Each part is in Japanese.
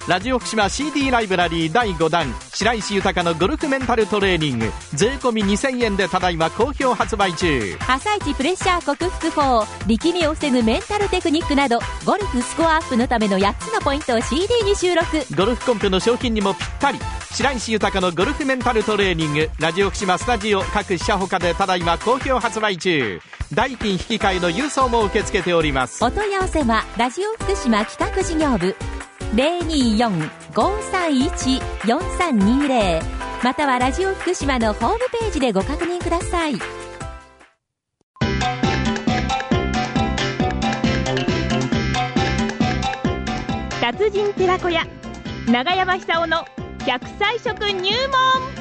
ラジオ福島 CD ライブラリー第5弾白石豊のゴルフメンタルトレーニング税込み2000円でただいま好評発売中。 朝一プレッシャー克服法、力みを防ぐメンタルテクニックなどゴルフスコアアップのための8つのポイントを CD に収録。 ゴルフコンペの賞金にもぴったり。白石豊のゴルフメンタルトレーニングラジオ福島スタジオ各社ほかでただいま好評発売中。代金引き換えの郵送も受け付けております。 お問い合わせはラジオ福島企画事業部 024-531-4320 またはラジオ福島のホームページでご確認ください。 達人寺子屋長山久夫の100歳食入門。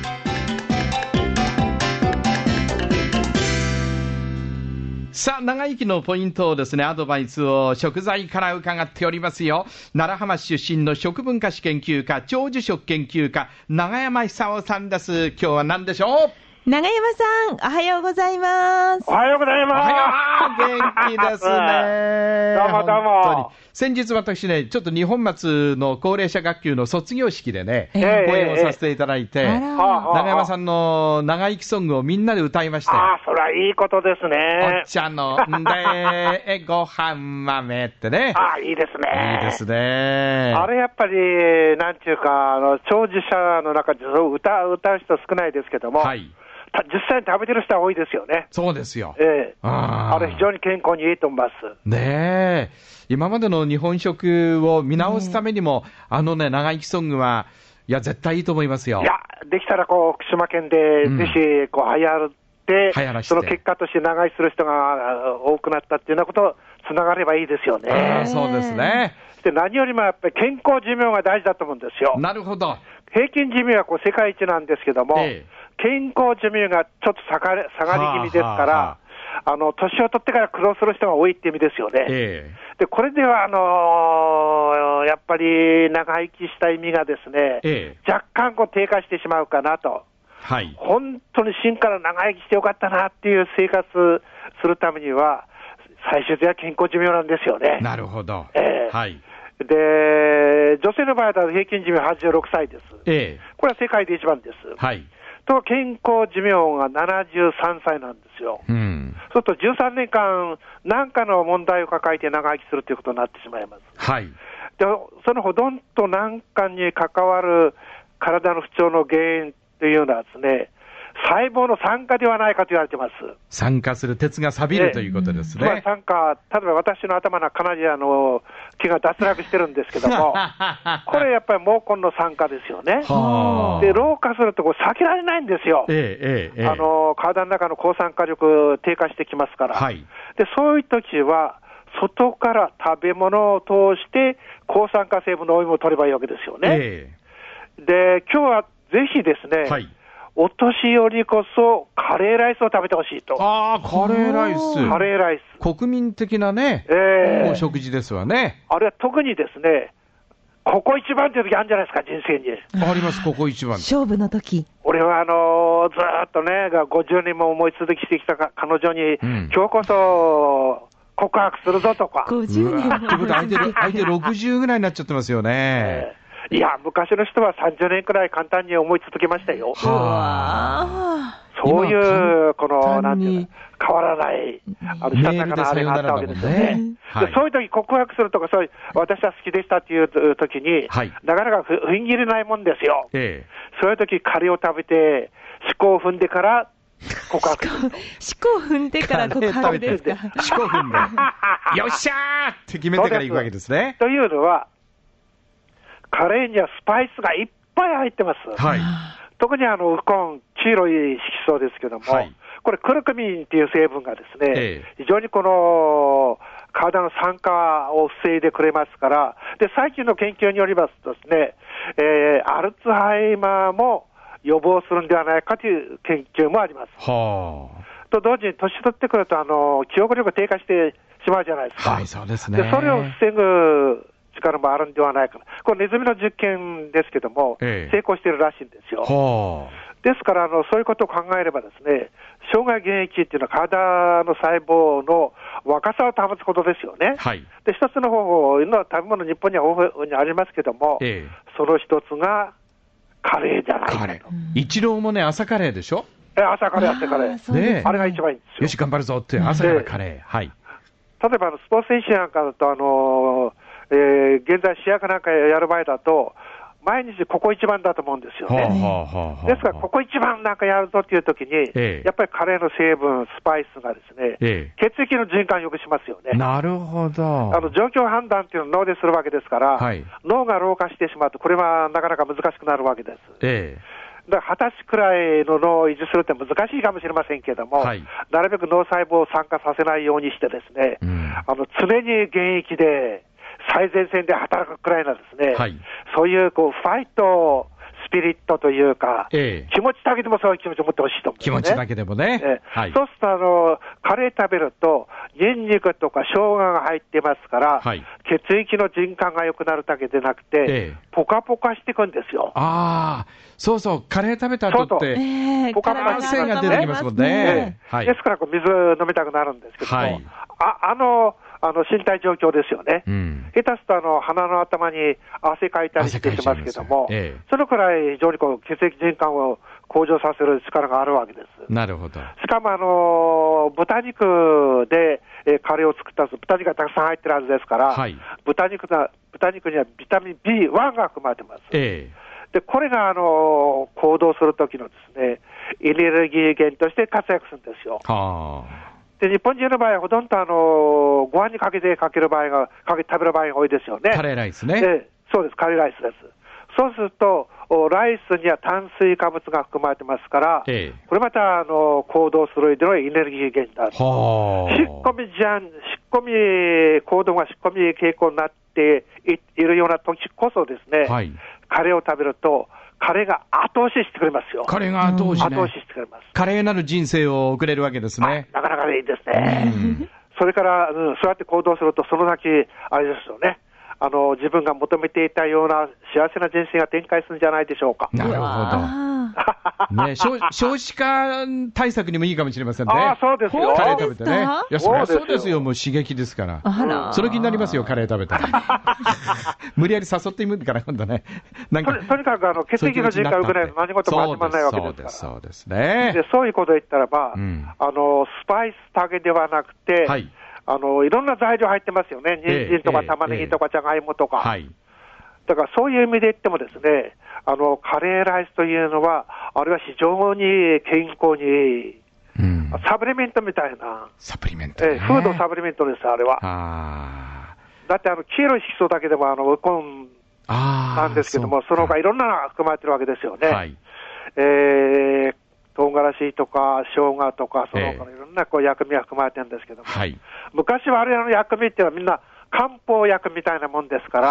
さあ、長生きのポイントをですね、アドバイスを食材から伺っておりますよ。奈良浜市出身の食文化史研究家、長寿食研究家、長山久夫さんです。今日は何でしょう？ 長山さん、おはようございます。 おはようございます。 元気ですね。 どうもどうも。 本当に先日私ね、ちょっと日本松の高齢者学級の卒業式でね、講演をさせていただいて、長山さんの長生きソングをみんなで歌いまして。 ああ、それはいいことですね。 お茶飲んで、ご飯豆ってね。 ああ、いいですね。 いいですね。 あれやっぱり、なんていうか、長寿者の中で歌う人少ないですけども、はい。実際に食べてる人は多いですよね。 そうですよ。 あれ非常に健康にいいと思います。 ねえ。今までの日本食を見直すためにも、長生きソングは、いや、絶対いいと思いますよ。 いや、できたら福島県で、ぜひ、流行って、その結果として長生きする人が多くなったっていうようなこと、つながればいいですよね。 そうですね。 で、何よりもやっぱり健康寿命が大事だと思うんですよ。 なるほど。 平均寿命は世界一なんですけども、健康寿命がちょっと下がり気味ですから、年を取ってから苦労する人が多いって意味ですよね。で、これでは、やっぱり長生きした意味がですね、若干低下してしまうかなと。はい。本当に真から長生きしてよかったなっていう生活するためには、最終的には健康寿命なんですよね。 なるほど。はい。 で、女性の場合は平均寿命86歳です。これは世界で一番です。はい。と健康寿命が73歳なんですよ。そうすると13年間何かの問題を抱えて長生きするということになってしまいます。はい。で、そのほとんど何かに関わる体の不調の原因というのはですね、細胞の酸化ではないかと言われています。 酸化する鉄が錆びるということですね。 酸化、例えば私の頭のカナディアの毛が脱落してるんですけども、これやっぱり毛根の酸化ですよね。で、老化すると避けられないんですよ。体の中の抗酸化力低下してきますから。はい、で、そういう時は、外から食べ物を通して抗酸化成分の多いものを取ればいいわけですよね。で、今日はぜひですね、お年寄りこそカレーライスを食べてほしいと。 ああ、カレーライス。 カレーライス。 国民的なね、お食事ですわね。 あれは特にですね、ここ一番という時あるんじゃないですか、人生に。 あります、ここ一番。 勝負の時。 俺はずーっとね、50年も思い続きしてきた彼女に、今日こそ告白するぞとか。 50年ってことは相手60ぐらいになっちゃってますよね。 いや、昔の人は30年くらい簡単に思い続けましたよ。そういう、なんていうの、変わらない、したたかなあれがあったわけですよね。で、そういう時告白するとか、私は好きでしたっていう時に、なかなか踏ん切れないもんですよ。そういう時カレーを食べて、思考を踏んでから告白する。 思考を踏んでから告白ですか。 思考踏んで。よっしゃーって決めてから行くわけですね。 というのは、カレーにはスパイスがいっぱい入ってます。はい、特にウコン、黄色い色素ですけども、これクルクミンっていう成分がですね、非常に体の酸化を防いでくれますから、で、最近の研究によりますとですね、アルツハイマーも予防するんではないかという研究もあります。と同時に年取ってくると記憶力が低下してしまうじゃないですか。 はい、そうですね。 で、それを防ぐ力もあるんではないかな。これネズミの実験ですけども、成功しているらしいんですよ。ですからそういうことを考えればですね、 生涯現役っていうのは体の細胞の若さを保つことですよね。 はい、 で一つの方法、いろんな食べ物、日本には豊富にありますけども、その一つがカレーじゃないかと。 イチローもね、朝カレーでしょ。 朝カレー、朝カレー、ね、あれが一番いいんですよ。 よし、頑張るぞって、朝からカレー、はい、 例えばスポーツ選手なんかだと、現在、試合かなんかやる場合だと、毎日ここ一番だと思うんですよね。ですから、ここ一番なんかやるぞっていうときに、やっぱりカレーの成分、スパイスがですね、血液の循環を良くしますよね。 なるほど。 状況判断っていうのを脳でするわけですから、脳が老化してしまうと、これはなかなか難しくなるわけです。だから20歳くらいの脳を維持するって難しいかもしれませんけれども、なるべく脳細胞を酸化させないようにしてですね、常に現役で最前線で働くくらいのですね、そういうファイトスピリットというか、気持ちだけでもそういう気持ちを持ってほしいと思うんですね。 気持ちだけでもね。 そうするとカレー食べると、ニンニクとか生姜が入ってますから、血液の循環が良くなるだけでなくて、ポカポカしていくんですよ。 そうそう、カレー食べた後って、ポカポカ汗が出てきますもんね。 ですから水飲みたくなるんですけども、身体状況ですよね。下手すると鼻の頭に汗かいたりしてしますけども、そのくらい非常に血液循環を向上させる力があるわけです。 なるほど。 しかも豚肉でカレーを作ったんです。豚肉がたくさん入ってるはずですから、豚肉にはビタミン B1 が含まれてます。でこれが行動するときのですね、エネルギー源として活躍するんですよ。で日本人の場合はほとんどご飯にかけて食べる場合が多いですよね。 カレーライスね。 そうです、カレーライスです。そうするとライスには炭水化物が含まれてますから、これまた行動する上でのエネルギー源だと。行動が仕込み傾向になっているような時こそですね、カレーを食べるとカレーが後押ししてくれますよ。 カレーが後押ししてくれます。 カレーなる人生を送れるわけですね。 なかなかいいですね。それから、そうやって行動すると、その先、あれですよね。自分が求めていたような幸せな人生が展開するんじゃないでしょうか。 なるほど。ね、少子化対策にもいいかもしれませんね。 そうですよ。 カレー食べてね。いや、そりゃそうですよ。もう刺激ですから。その気になりますよ、カレー食べたら。無理やり誘ってみるから、今度ね。 とにかく血液の循環を良くないと何事も始まらないわけですから。 そうですね。 そういうことを言ったらば、スパイスだけではなくて、いろんな材料入ってますよね。人参とか玉ねぎとかじゃがいもとか。だからそういう意味で言ってもですね、カレーライスというのは、あれは非常に健康にいい。サプリメントみたいな。 サプリメント、 フードサプリメントです、あれは。だって黄色い色素だけでもウコンなんですけども、その他いろんなのが含まれてるわけですよね。唐辛子とか生姜とか、その他のいろんな薬味が含まれてるんですけども、昔はあれの薬味っていうのはみんな漢方薬みたいなもんですから、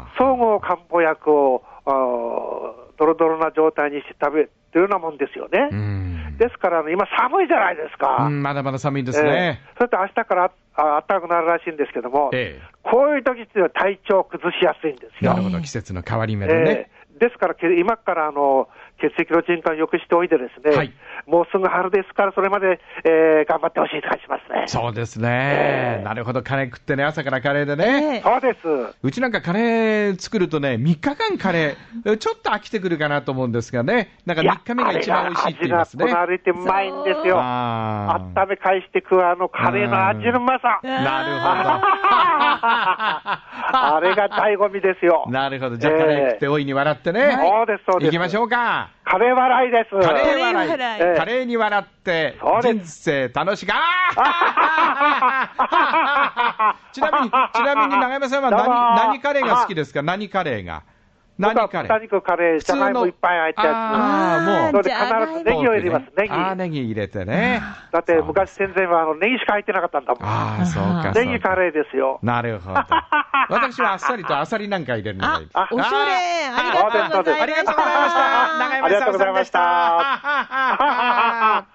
総合漢方薬をドロドロな状態にして食べるというようなもんですよね。ですから今寒いじゃないですか。 まだまだ寒いですね。 それと明日から暖かくなるらしいんですけども、こういう時っていうのは体調を崩しやすいんですよ。 なるほど、季節の変わり目でね。 ですから今から血液の循環を良くしておいてですね、もうすぐ春ですから、それまで、頑張ってほしいと感じますね。 そうですね、なるほど、カレー食ってね、朝からカレーでね。 そうです。 うちなんかカレー作るとね、3日間カレー、ちょっと飽きてくるかなと思うんですがね、なんか3日目が一番美味しいって言いますね。 味がこなれてうまいんですよ。温め返して食うカレーの味のうまさ。 なるほど。 あれが醍醐味ですよ。 なるほど、じゃあカレー食って大いに笑ってね。 そうです、そうです。 行きましょうか。 カレー笑いです。 カレー笑い。カレーに笑って、人生楽しく。ちなみに長山さんは何カレーが好きですか？何カレーが。何カレー？ 豚肉カレー、じゃがいもいっぱい入ったやつ。もう。それで必ずネギを入れます、ネギ。 ネギ入れてね。 だって昔戦前はネギしか入ってなかったんだもん。 そうか。 ネギカレーですよ。 なるほど。私はあっさりとアサリなんか入れるのがいいです。 おしゃれ。ありがとうございました。 長山さん。 ありがとうございました。